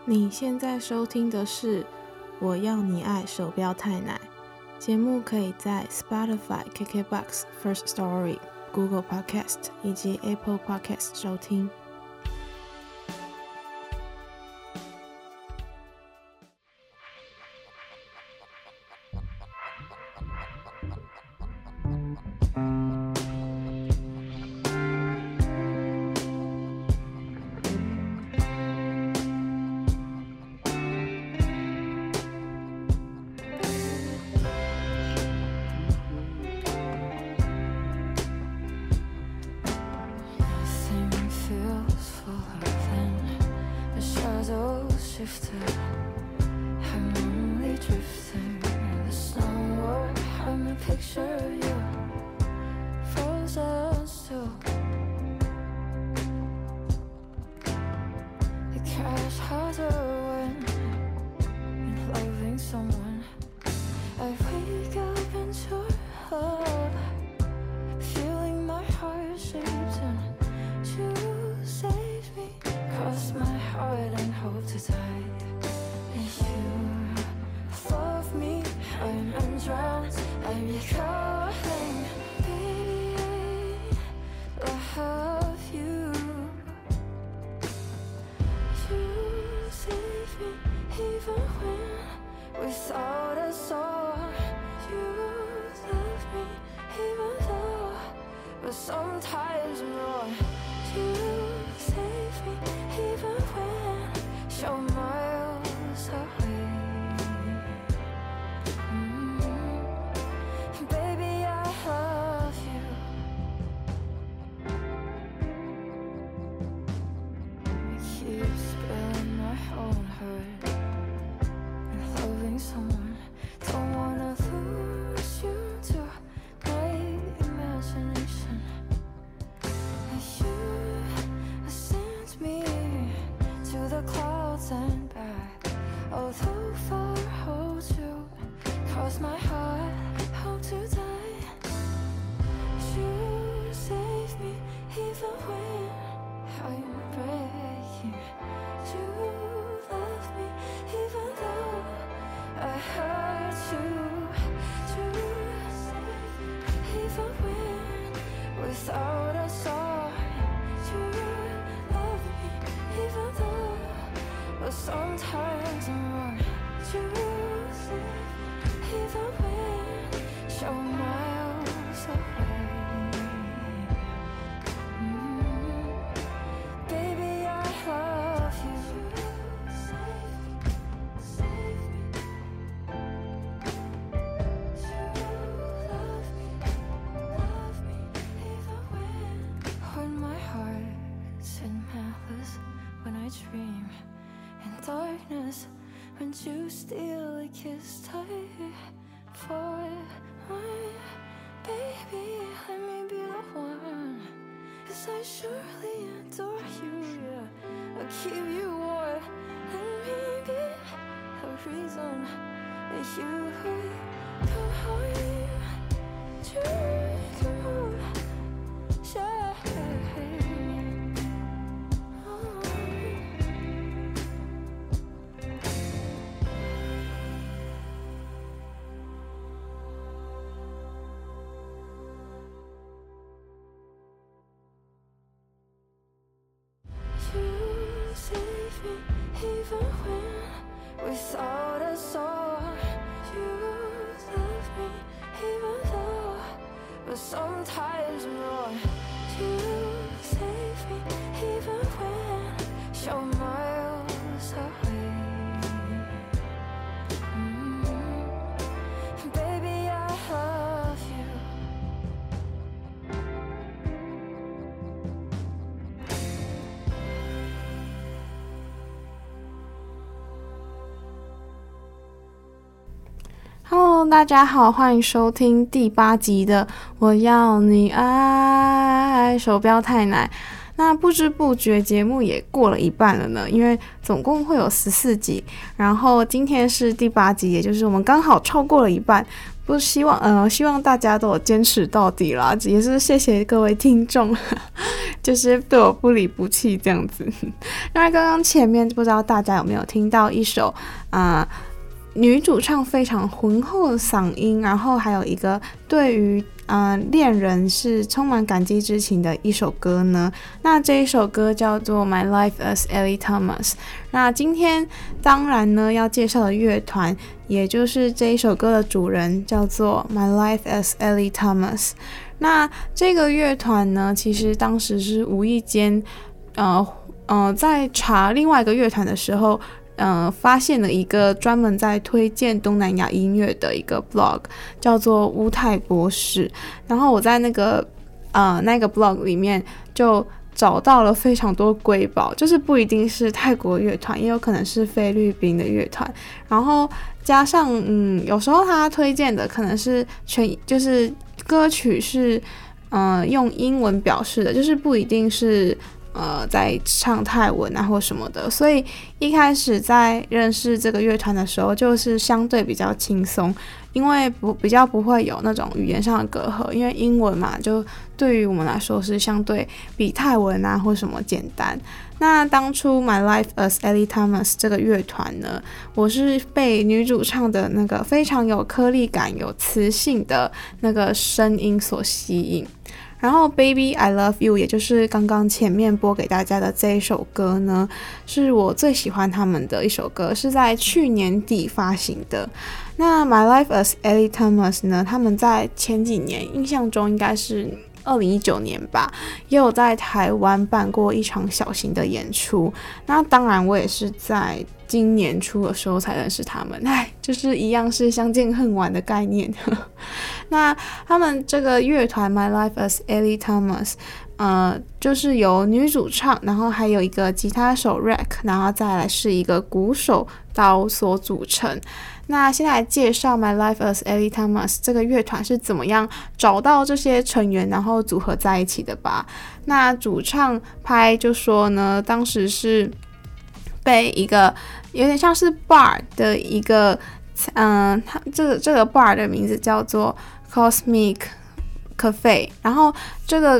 你现在收听的是《我要你爱手标太奶》节目，可以在 Spotify、KKBOX、First Story、Google Podcast 以及 Apple Podcast 收听。 You steal a kiss tight for my baby. Let me be the one, 'cause I surely adore you, yeah. I'll keep you warm. Let me be the reason that you come home. You come home, yeah. Even when without a song, you love me, even though, but sometimes I'm wrong. You save me, even when you're miles away. Baby, I love you. Hello， 大家好，欢迎收听第8集的《我要你爱手标太奶》。 那不知不觉节目也过了一半了呢，因为总共会有14集，然后今天是第8集，也就是我们刚好超过了一半。不希望大家都有坚持到底啦，也是谢谢各位听众就是对我不离不弃这样子。那刚刚前面不知道大家有没有听到一首女主唱非常浑厚的嗓音，然后还有一个对于恋人是充满感激之情的一首歌呢。那这一首歌叫做 My Life as Ellie Thomas。 那今天当然呢要介绍的乐团也就是这一首歌的主人，叫做 My Life as Ellie Thomas。 那这个乐团呢其实当时是无意间在查另外一个乐团的时候发现了一个专门在推荐东南亚音乐的一个 blog， 叫做乌泰博士。然后我在那个 blog 里面就找到了非常多瑰宝，就是不一定是泰国乐团，也有可能是菲律宾的乐团。然后加上有时候他推荐的可能是就是歌曲是用英文表示的，就是不一定是在唱泰文啊或什么的，所以一开始在认识这个乐团的时候就是相对比较轻松，因为比较不会有那种语言上的隔阂，因为英文嘛就对于我们来说是相对比泰文啊或什么简单。那当初 My Life as Ellie Thomas 这个乐团呢，我是被女主唱的那个非常有颗粒感有磁性的那个声音所吸引。然后 Baby I Love You 也就是刚刚前面播给大家的这一首歌呢，是我最喜欢他们的一首歌，是在去年底发行的。那 My Life as Ellie Thomas 呢，他们在前几年印象中应该是2019年吧，也有在台湾办过一场小型的演出。那当然我也是在今年初的时候才认识他们，就是一样是相见恨晚的概念那他们这个乐团 My Life as Ellie Thomas就是由女主唱，然后还有一个吉他手 Rack， 然后再来是一个鼓手刀所组成。那先来介绍 My Life as Ellie Thomas 这个乐团是怎么样找到这些成员然后组合在一起的吧。那主唱拍就说呢，当时是被一个有点像是 bar 的一个这个 bar 的名字叫做 Cosmic Cafe， 然后这个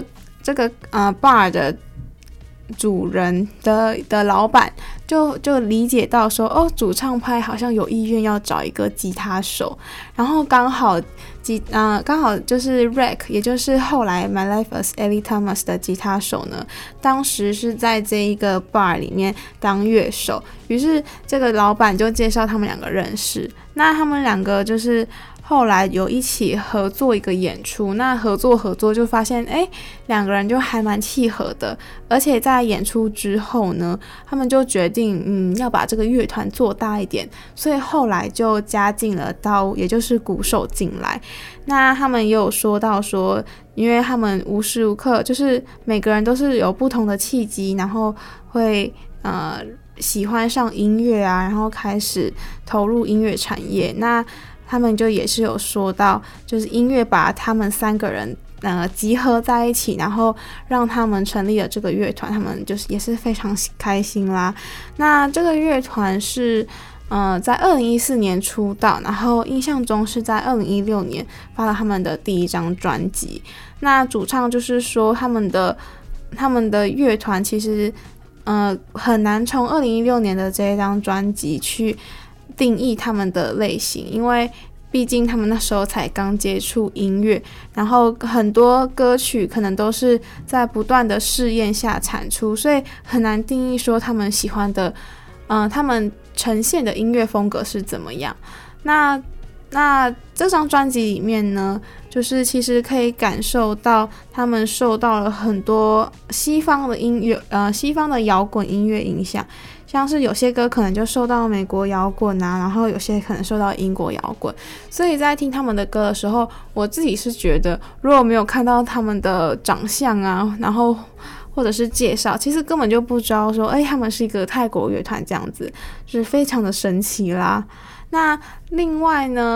bar 的主人的老板就理解到说，主唱派好像有意愿要找一个吉他手，然后刚好就是 Rack， 也就是后来 My Life as Ellie Thomas 的吉他手呢，当时是在这一个 bar 里面当乐手，于是这个老板就介绍他们两个认识。那他们两个就是后来有一起合作一个演出，那合作就发现两个人就还蛮契合的，而且在演出之后呢，他们就决定要把这个乐团做大一点，所以后来就加进了刀，也就是鼓手进来。那他们也有说到说，因为他们无时无刻就是每个人都是有不同的契机，然后会喜欢上音乐啊，然后开始投入音乐产业。那他们就也是有说到，就是音乐把他们3个人集合在一起，然后让他们成立了这个乐团，他们就是也是非常开心啦。那这个乐团是在2014年出道，然后印象中是在2016年发了他们的第1张专辑。那主唱就是说他们的乐团其实很难从2016年的这一张专辑去定义他们的类型，因为毕竟他们那时候才刚接触音乐，然后很多歌曲可能都是在不断的试验下产出，所以很难定义说他们喜欢的他们呈现的音乐风格是怎么样。那这张专辑里面呢，就是其实可以感受到他们受到了很多西方的音乐西方的摇滚音乐影响，像是有些歌可能就受到美国摇滚啊，然后有些可能受到英国摇滚。所以在听他们的歌的时候，我自己是觉得如果没有看到他们的长相啊，然后或者是介绍，其实根本就不知道说他们是一个泰国乐团这样子，就是非常的神奇啦。那另外呢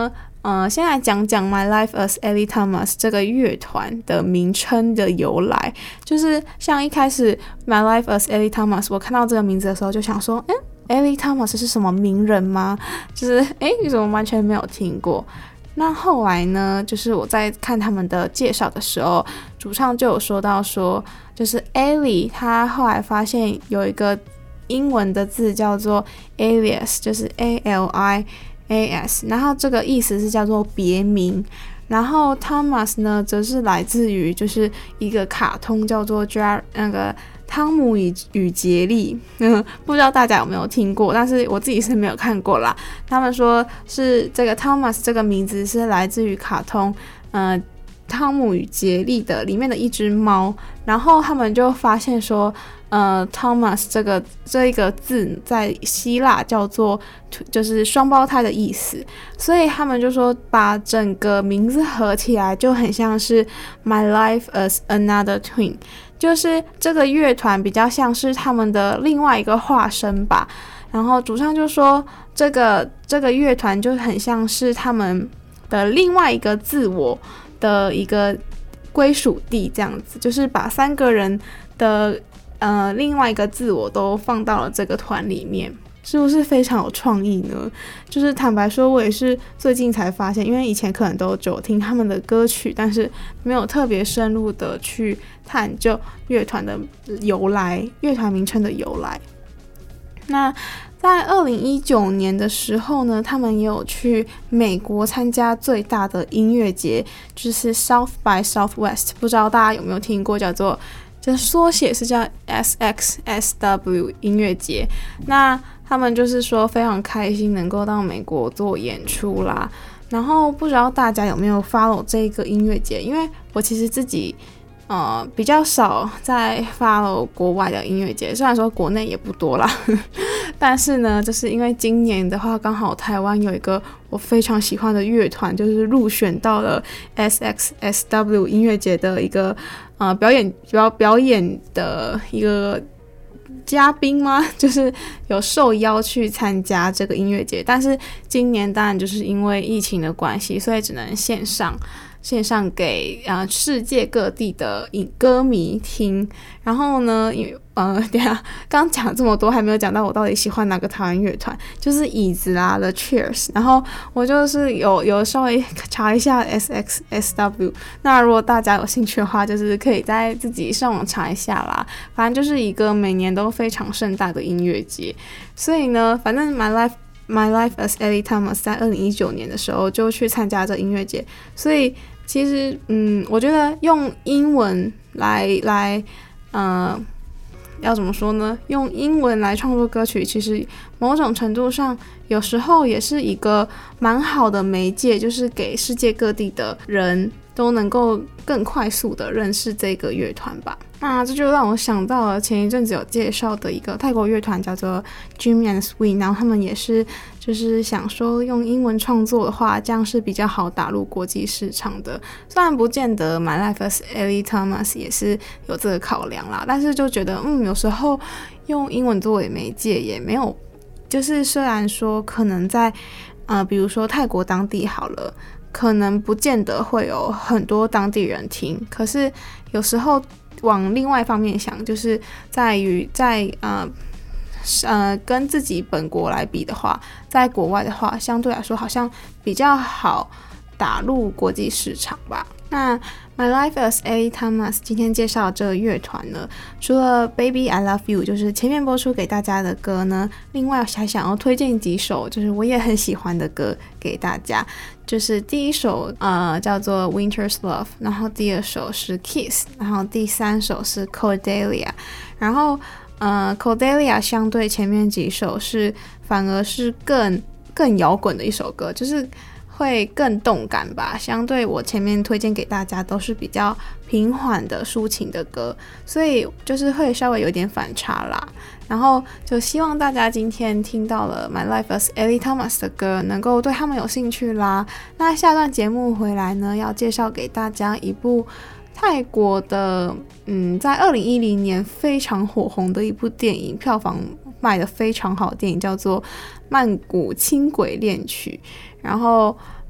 先来讲讲 My Life as Ellie Thomas 这个乐团的名称的由来。就是像一开始 My Life as Ellie Thomas 我看到这个名字的时候就想说Ellie Thomas 是什么名人吗？就是你怎么完全没有听过？那后来呢，就是我在看他们的介绍的时候，主唱就有说到说，就是 Ellie 他后来发现有一个英文的字叫做 alias， 就是 ALIAS， 然后这个意思是叫做别名。然后 Thomas 呢，则是来自于就是一个卡通叫做那个汤姆与杰利，不知道大家有没有听过，但是我自己是没有看过啦。他们说是这个 Thomas 这个名字是来自于卡通汤姆与杰利的里面的一只猫，然后他们就发现说Thomas 这一个字在希腊叫做就是双胞胎的意思，所以他们就说把整个名字合起来就很像是 My Life as Another Twin， 就是这个乐团比较像是他们的另外一个化身吧。然后主唱就说这个乐团就很像是他们的另外一个自我的一个归属地，这样子，就是把3个人的另外一个自我都放到了这个团里面，是不是非常有创意呢？就是坦白说，我也是最近才发现，因为以前可能都只有听他们的歌曲，但是没有特别深入的去探究乐团的由来，乐团名称的由来。那在2019年的时候呢，他们也有去美国参加最大的音乐节，就是 South by Southwest， 不知道大家有没有听过，就是缩写是叫 SXSW 音乐节。那他们就是说非常开心能够到美国做演出啦。然后不知道大家有没有 follow 这个音乐节，因为我其实自己比较少在 follow 国外的音乐节，虽然说国内也不多啦但是呢，就是因为今年的话，刚好台湾有一个我非常喜欢的乐团，就是入选到了 SXSW 音乐节的一个表演的一个嘉宾吗？就是有受邀去参加这个音乐节，但是今年当然就是因为疫情的关系，所以只能线上给世界各地的歌迷听。然后呢，等一下刚讲了这么多，还没有讲到我到底喜欢哪个台湾乐团，就是椅子啦 The Chairs。然后我就是有稍微查一下 SXSW。那如果大家有兴趣的话，就是可以在自己上网查一下啦。反正就是一个每年都非常盛大的音乐节。所以呢，反正 My Life as Ellie Thomas 在2019年的时候就去参加这音乐节，所以其实我觉得用英文来要怎么说呢？用英文来创作歌曲，其实某种程度上有时候也是一个蛮好的媒介，就是给世界各地的人都能够更快速的认识这个乐团吧。那这就让我想到了前一阵子有介绍的一个泰国乐团叫做 Jim and Swee， 然后他们也是就是想说用英文创作的话，这样是比较好打入国际市场的。虽然不见得 My Life as Ellie Thomas 也是有这个考量啦，但是就觉得有时候用英文作为媒介也没有，就是虽然说可能在比如说泰国当地好了，可能不见得会有很多当地人听，可是有时候往另外一方面想，就是在于跟自己本国来比的话，在国外的话相对来说好像比较好打入国际市场吧。那 My Life as Ellie Thomas 今天介绍的这个乐团呢，除了 Baby I Love You 就是前面播出给大家的歌呢，另外还想要推荐几首就是我也很喜欢的歌给大家。就是第一首叫做 Winter's Love， 然后第二首是 Kiss， 然后第三首是 Cordelia。 然后Cordelia 相对前面几首反而是更摇滚的一首歌，就是会更动感吧，相对我前面推荐给大家都是比较平缓的抒情的歌，所以就是会稍微有点反差啦。然后就希望大家今天听到了 My Life as Ellie Thomas 的歌能够对他们有兴趣啦。那下段节目回来呢，要介绍给大家一部泰国的在2010年非常火红的一部电影，票房卖得非常好的电影，叫做《曼谷轻轨恋曲》。然后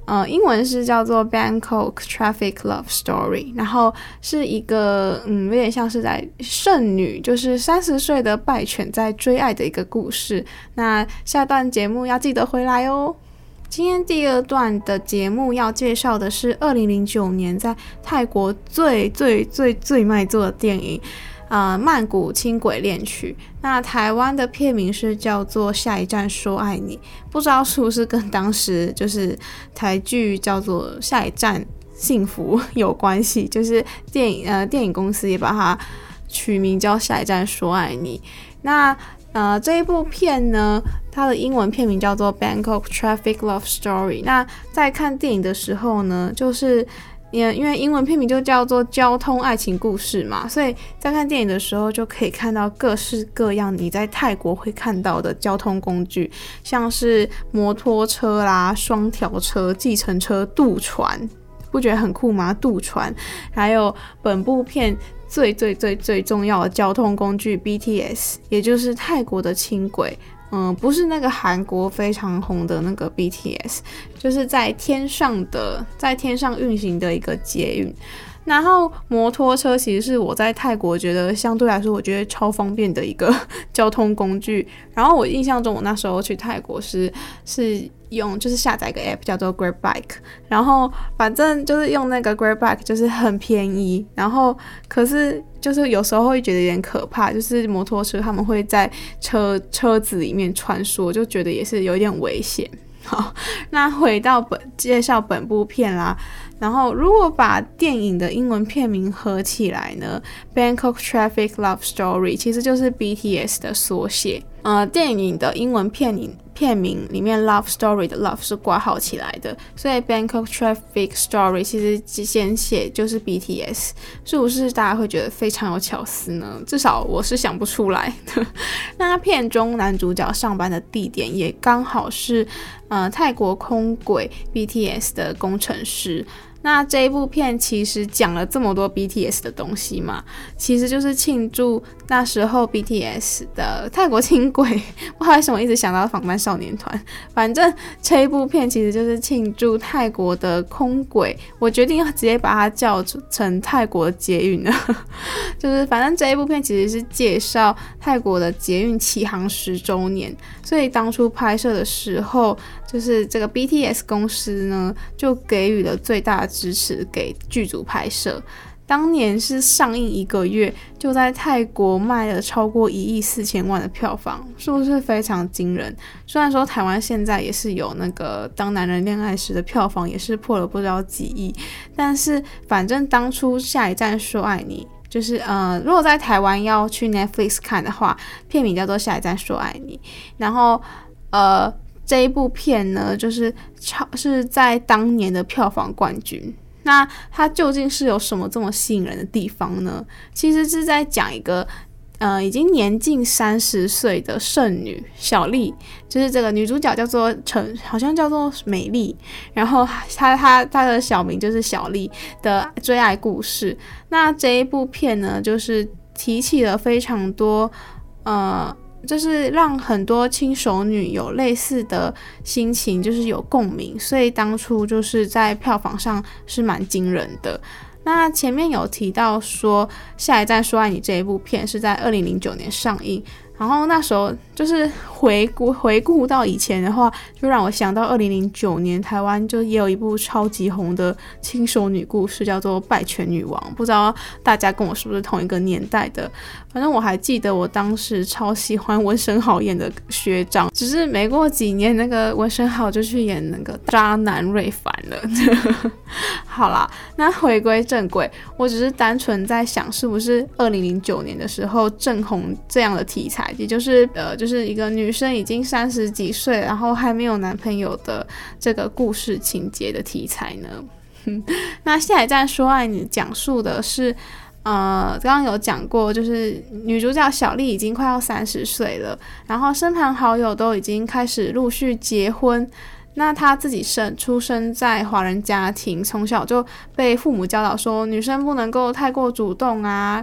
英文是叫做 Bangkok Traffic Love Story， 然后是一个有点像是在剩女，就是30岁的败犬在追爱的一个故事。那下段节目要记得回来哦。今天第二段的节目要介绍的是2009年在泰国最卖座的电影曼谷轻轨恋曲。那台湾的片名是叫做下一站说爱你，不知道是不是跟当时就是台剧叫做下一站幸福有关系，就是电影公司也把它取名叫下一站说爱你。那这一部片呢，它的英文片名叫做 Bangkok Traffic Love Story。 那在看电影的时候呢，就是因为英文片名就叫做交通爱情故事嘛，所以在看电影的时候就可以看到各式各样你在泰国会看到的交通工具，像是摩托车啦、双条车、计程车、渡船，不觉得很酷吗？渡船，还有本部片最重要的交通工具 BTS， 也就是泰国的轻轨。不是那个韩国非常红的那个 BTS， 就是在天上运行的一个捷运。然后摩托车其实是我在泰国觉得相对来说我觉得超方便的一个交通工具。然后我印象中我那时候去泰国是用就是下载一个 app 叫做 Grab Bike， 然后反正就是用那个 Grab Bike 就是很便宜，然后可是就是有时候会觉得有点可怕，就是摩托车他们会在车子里面穿梭，就觉得也是有点危险。好，那回到介绍本部片啦。然后如果把电影的英文片名合起来呢， Bangkok Traffic Love Story 其实就是 BTS 的缩写。电影的英文片名里面 Love Story 的 Love 是括号起来的，所以 Bangkok Traffic Story 其实简写就是 BTS， 是不是大家会觉得非常有巧思呢？至少我是想不出来的。那片中男主角上班的地点也刚好是泰国空轨 BTS 的工程师。那这一部片其实讲了这么多 BTS 的东西嘛，其实就是庆祝那时候 BTS 的泰国轻轨，不知道为什么一直想到防弹少年团，反正这一部片其实就是庆祝泰国的空轨，我决定要直接把它叫成泰国捷运了。就是反正这一部片其实是介绍泰国的捷运启航10周年，所以当初拍摄的时候，就是这个 BTS 公司呢就给予了最大的支持给剧组拍摄。当年是上映1个月就在泰国卖了超过1亿4千万的票房，是不是非常惊人？虽然说台湾现在也是有那个当男人恋爱时的票房也是破了不知道几亿，但是反正当初下一站说爱你就是如果在台湾要去 Netflix 看的话，片名叫做下一站说爱你。然后这一部片呢就是在当年的票房冠军。那它究竟是有什么这么吸引人的地方呢？其实是在讲一个已经年近30岁的剩女小丽，就是这个女主角叫做好像叫做美丽，然后她的小名就是小丽的追爱故事。那这一部片呢就是提起了非常多就是让很多轻熟女有类似的心情，就是有共鸣，所以当初就是在票房上是蛮惊人的。那前面有提到说下一站说爱你这一部片是在2009年上映，然后那时候就是回顾到以前的话，就让我想到2009年台湾就也有一部超级红的轻熟女故事叫做《拜权女王》，不知道大家跟我是不是同一个年代的。反正我还记得我当时超喜欢文升豪演的学长，只是没过几年那个文升豪就去演那个渣男瑞凡了。好啦，那回归正轨，我只是单纯在想是不是2009年的时候正红这样的题材，也就是就是一个女生已经30几岁然后还没有男朋友的这个故事情节的题材呢。那下一站说爱你讲述的是刚刚有讲过，就是女主角小丽已经快要30岁了，然后身旁好友都已经开始陆续结婚。那她自己出生在华人家庭，从小就被父母教导说女生不能够太过主动啊，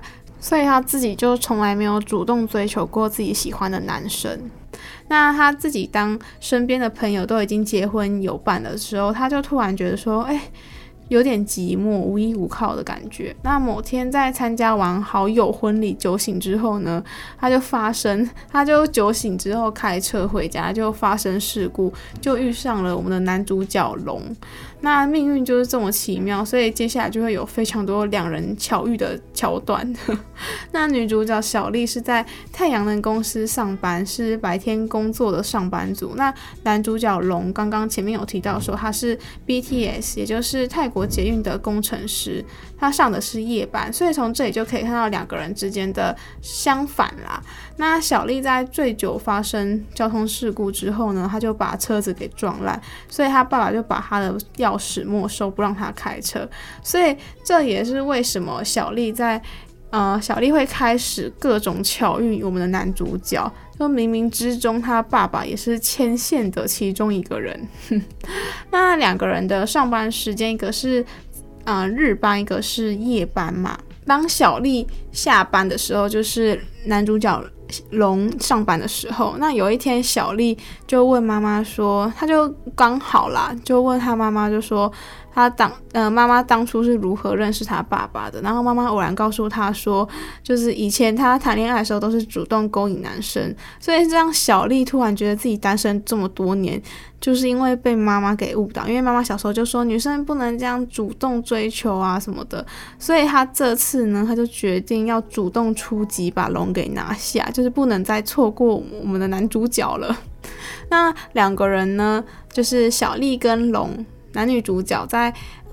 所以他自己就从来没有主动追求过自己喜欢的男生。那他自己当身边的朋友都已经结婚有伴的时候，他就突然觉得说，有点寂寞无依无靠的感觉。那某天在参加完好友婚礼酒醒之后呢，他就酒醒之后开车回家，就发生事故，就遇上了我们的男主角龙。那命运就是这么奇妙，所以接下来就会有非常多两人巧遇的桥段。那女主角小丽是在太阳能公司上班，是白天工作的上班族。那男主角龙刚刚前面有提到说他是 BTS， 也就是泰国捷运的工程师，他上的是夜班，所以从这里就可以看到两个人之间的相反啦。那小丽在醉酒发生交通事故之后呢，他就把车子给撞烂，所以他爸爸就把他的钥匙没收，不让他开车。所以这也是为什么小丽会开始各种巧遇我们的男主角，就冥冥之中他爸爸也是牵线的其中一个人。那两个人的上班时间，一个是日班，一个是夜班嘛。当小丽下班的时候，就是男主角龙上班的时候。那有一天小丽就问妈妈说，她就刚好啦，就问她妈妈就说妈妈当初是如何认识她爸爸的。然后妈妈偶然告诉她说，就是以前她谈恋爱的时候都是主动勾引男生，所以这样小丽突然觉得自己单身这么多年，就是因为被妈妈给误导。因为妈妈小时候就说女生不能这样主动追求啊什么的，所以她这次呢，她就决定要主动出击，把龙给拿下，就是不能再错过我们的男主角了。那两个人呢，就是小丽跟龙男女主角在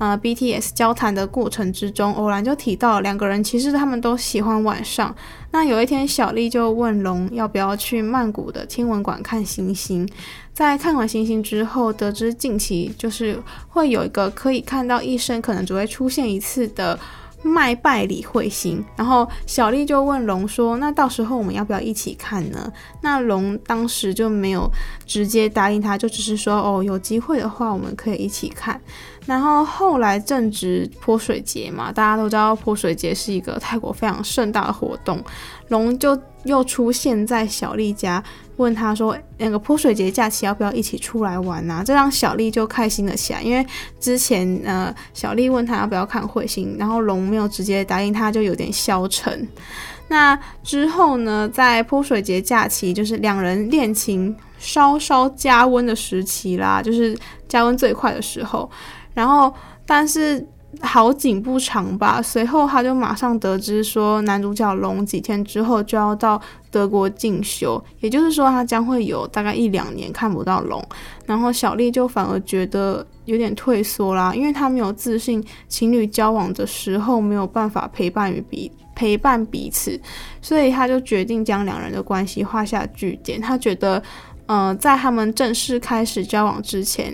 BTS 交谈的过程之中，偶然就提到两个人其实他们都喜欢晚上。那有一天小丽就问龙要不要去曼谷的天文馆看星星。在看完星星之后，得知近期就是会有一个可以看到一生可能只会出现一次的麦拜里彗星，然后小丽就问龙说，那到时候我们要不要一起看呢？那龙当时就没有直接答应他，就只是说有机会的话我们可以一起看。然后后来正值泼水节嘛，大家都知道泼水节是一个泰国非常盛大的活动，龙就又出现在小丽家，问他说那个泼水节假期要不要一起出来玩啊？这让小丽就开心了起来，因为之前小丽问他要不要看彗星，然后龙没有直接答应他，就有点消沉。那之后呢，在泼水节假期，就是两人恋情稍稍加温的时期啦，就是加温最快的时候。然后但是好景不长吧，随后他就马上得知说男主角龙几天之后就要到德国进修，也就是说他将会有大概1-2年看不到龙。然后小丽就反而觉得有点退缩啦，因为他没有自信情侣交往的时候没有办法陪伴彼此，所以他就决定将两人的关系画下句点。他觉得在他们正式开始交往之前，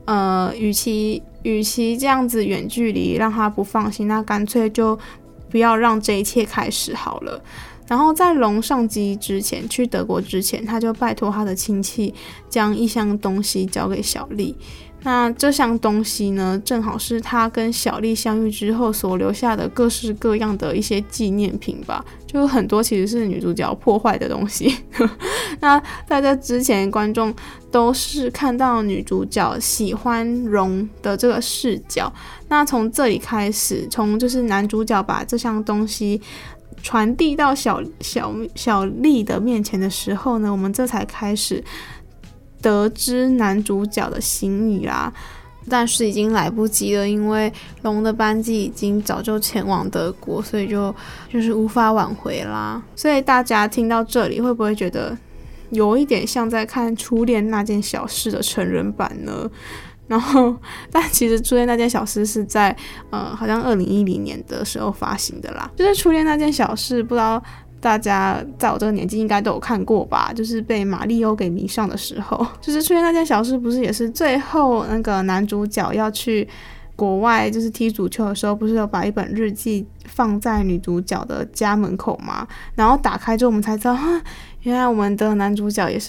与其这样子远距离让他不放心，那干脆就不要让这一切开始好了。然后在龙上机之前，去德国之前，他就拜托他的亲戚将一箱东西交给小丽。那这项东西呢，正好是他跟小丽相遇之后所留下的各式各样的一些纪念品吧，就很多其实是女主角破坏的东西。那在这之前，观众都是看到女主角喜欢龙的这个视角。那从这里开始，从就是男主角把这项东西传递到小丽的面前的时候呢，我们这才开始得知男主角的心意啦。但是已经来不及了，因为龙的班机已经早就前往德国，所以就是无法挽回啦。所以大家听到这里会不会觉得有一点像在看初恋那件小事的成人版呢？然后但其实初恋那件小事是在好像2010年的时候发行的啦。就是初恋那件小事，不知道大家在我这个年纪应该都有看过吧，就是被马里欧给迷上的时候。就是初恋那件小事不是也是最后那个男主角要去国外就是踢足球的时候，不是有把一本日记放在女主角的家门口吗？然后打开之后我们才知道，原来我们的男主角也是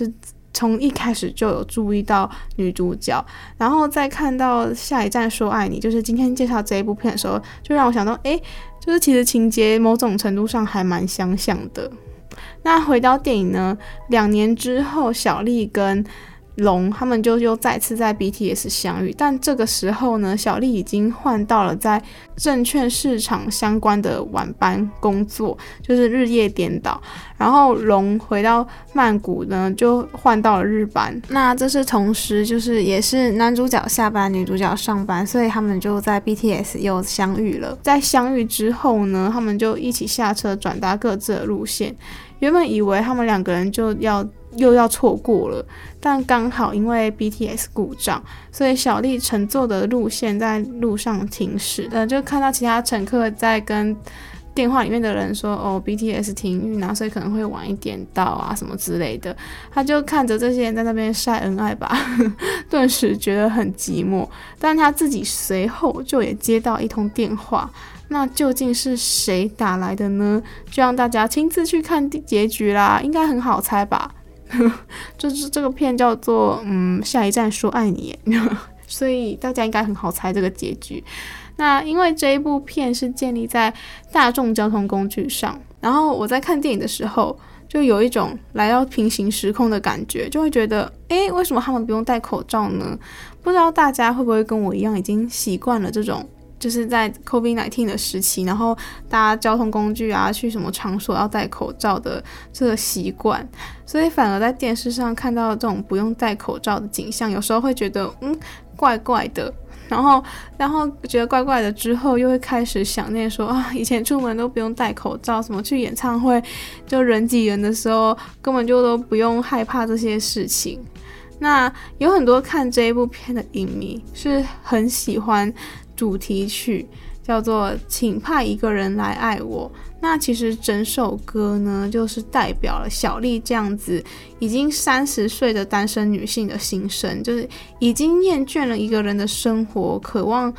从一开始就有注意到女主角，然后再看到下一站说爱你，就是今天介绍这一部片的时候，就让我想到，就是其实情节某种程度上还蛮相像的。那回到电影呢，2年之后，小丽跟龙他们就又再次在 BTS 相遇，但这个时候呢，小丽已经换到了在证券市场相关的晚班工作，就是日夜颠倒。然后龙回到曼谷呢，就换到了日班。那这是同时，就是也是男主角下班，女主角上班，所以他们就在 BTS 又相遇了。在相遇之后呢，他们就一起下车转达各自的路线。原本以为他们2个人又要错过了，但刚好因为 BTS 故障，所以小丽乘坐的路线在路上停驶，就看到其他乘客在跟电话里面的人说BTS 停运啊，所以可能会晚一点到啊什么之类的。他就看着这些人在那边晒恩爱吧，顿时觉得很寂寞。但他自己随后就也接到一通电话，那究竟是谁打来的呢？就让大家亲自去看结局啦，应该很好猜吧。就是这个片叫做下一站说爱你所以大家应该很好猜这个结局。那因为这一部片是建立在大众交通工具上，然后我在看电影的时候就有一种来到平行时空的感觉，就会觉得为什么他们不用戴口罩呢？不知道大家会不会跟我一样已经习惯了这种就是在 COVID-19 的时期，然后搭交通工具啊，去什么场所要戴口罩的这个习惯，所以反而在电视上看到这种不用戴口罩的景象，有时候会觉得怪怪的，然后觉得怪怪的之后，又会开始想念说以前出门都不用戴口罩，什么去演唱会就人挤人的时候，根本就都不用害怕这些事情。那有很多看这一部片的影迷是很喜欢主题曲，叫做请派一个人来爱我。那其实整首歌呢，就是代表了小丽这样子已经30岁的单身女性的心声，就是已经厌倦了一个人的生活，渴望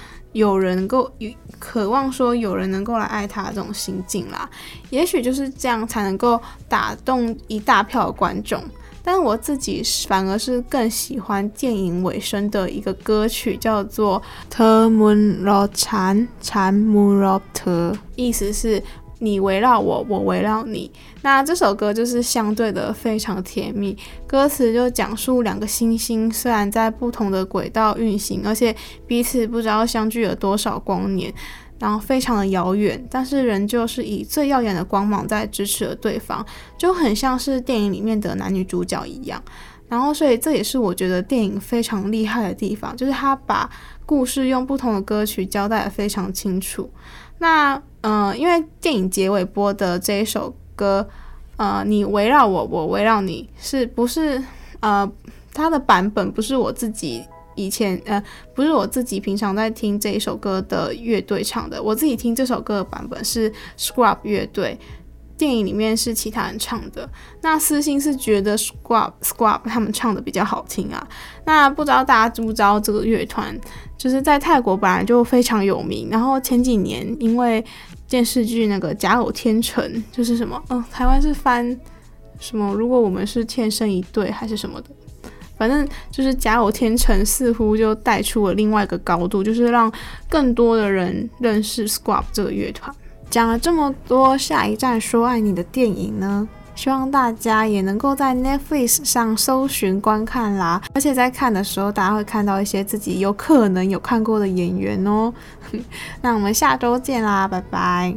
说有人能够来爱她这种心境啦。也许就是这样才能够打动一大票的观众。但我自己反而是更喜欢电影尾声的一个歌曲，叫做 Th Munro Chan Chan Munro Th， 意思是你围绕我，我围绕你。那这首歌就是相对的非常甜蜜，歌词就讲述2个星星虽然在不同的轨道运行，而且彼此不知道相距了多少光年，然后非常的遥远，但是仍旧是以最耀眼的光芒在支持了对方，就很像是电影里面的男女主角一样。然后所以这也是我觉得电影非常厉害的地方，就是他把故事用不同的歌曲交代得非常清楚。那因为电影结尾播的这一首歌你围绕我，我围绕你，是不是它的版本不是我自己以前不是我自己平常在听这一首歌的乐队唱的，我自己听这首歌的版本是 Scrub 乐队，电影里面是其他人唱的。那私心是觉得 Scrub 他们唱的比较好听啊。那不知道大家知不知道这个乐团就是在泰国本来就非常有名，然后前几年因为电视剧那个假偶天成，就是什么台湾是翻什么如果我们是天生一对还是什么的，反正就是假偶天成似乎就带出了另外一个高度，就是让更多的人认识 Scrub 这个乐团。讲了这么多下一站说爱你的电影呢，希望大家也能够在 Netflix 上搜寻观看啦，而且在看的时候大家会看到一些自己有可能有看过的演员哦。那我们下周见啦，拜拜。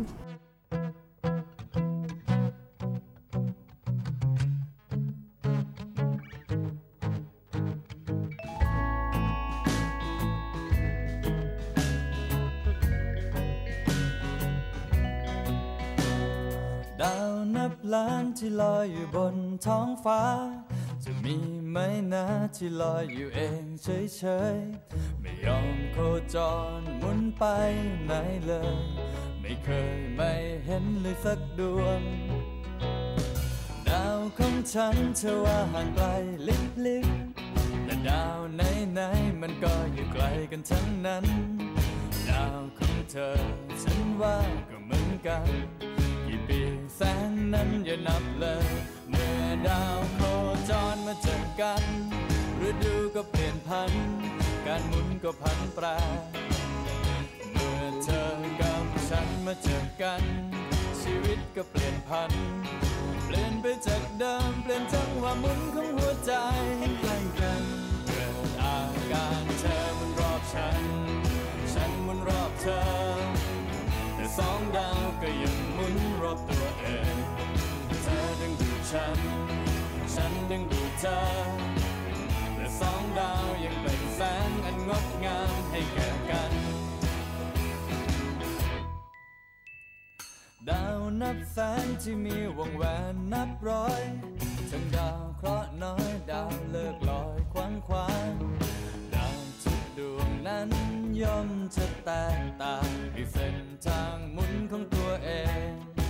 ดาวนับล้านที่ลอยอยู่บนท้องฟ้าจะมีไหมนะที่ลอยอยู่เองเฉยๆไม่ยอมโคจรหมุนไปไหนเลยไม่เคยไม่เห็นเลยสักดวงดาวของฉันเธอว่าห่างไกลลิบๆแต่ดาวไหนๆมันก็อยู่ไกลกันทั้งนั้นดาวของเธอฉันว่าก็เหมือนกันกี่ปีแสนนั้นอย่านับเลยเมื่อดาวโคจรมาเจอกันฤดูก็เปลี่ยนพันการหมุนก็พันแปรเมื่อเธอกับฉันมาเจอกันชีวิตก็เปลี่ยนพันเปลี่ยนไปจากเดิมเปลี่ยนจังหวะหมุนของหัวใจให้ใกล้กันเกิดอาการเธอหมุนรอบฉันฉันหมุนรอบเธอแต่สองดาวก็ยังหมุนรอบตัวเองเธอดึงดูดฉันฉันดึงดูดเธอแต่สองดาวยังเป็นแสงอันงดงามให้แก่กันดาวนับแสนที่มีวงแหวนนับร้อยทั้งดาวเคราะห์น้อยดาวเลิกลอยขวางขวางดาวทุกดวงนั้นย่อมจะแตกต่างในเส้นทางหมุนของตัวเอง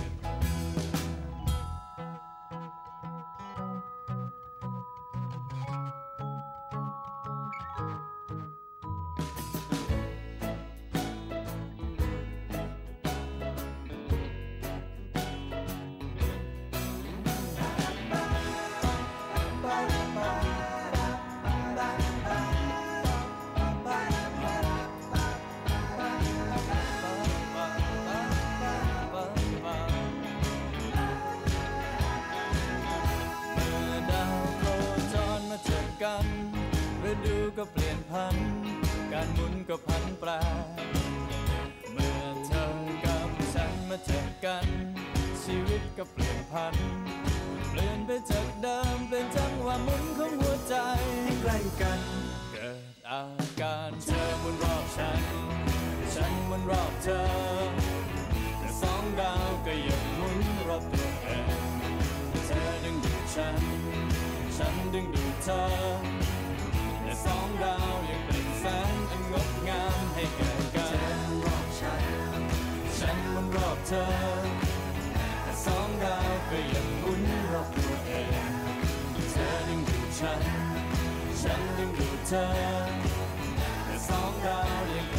ฤดูก็เปลี่ยนพันการหมุนก็พันแปรเมื่อเธอกับฉันมาเจอกันชีวิตก็เปลี่ยนพันเปลี่ยนไปจากเดิมเปลี่ยนจังหวะหมุนของหัวใจให้ใกล้กันเกิดอาการเธอหมุนรอบฉันฉันหมุนรอบเธอแต่สองดาวก็ยังหมุนรอบตัวเองเธอดึงดูดฉันฉันดึงดูดเธอแต่สองดาวยังเป็นแสงอันงดงามให้แก่กันเธอหมุนรอบฉันฉันหมุนรอบเธอแต่สองดาวก็ยังหมุนรอบตัวเองเธอดึงดูดฉันฉันดึงดูดเธอแต่สองดาวยัง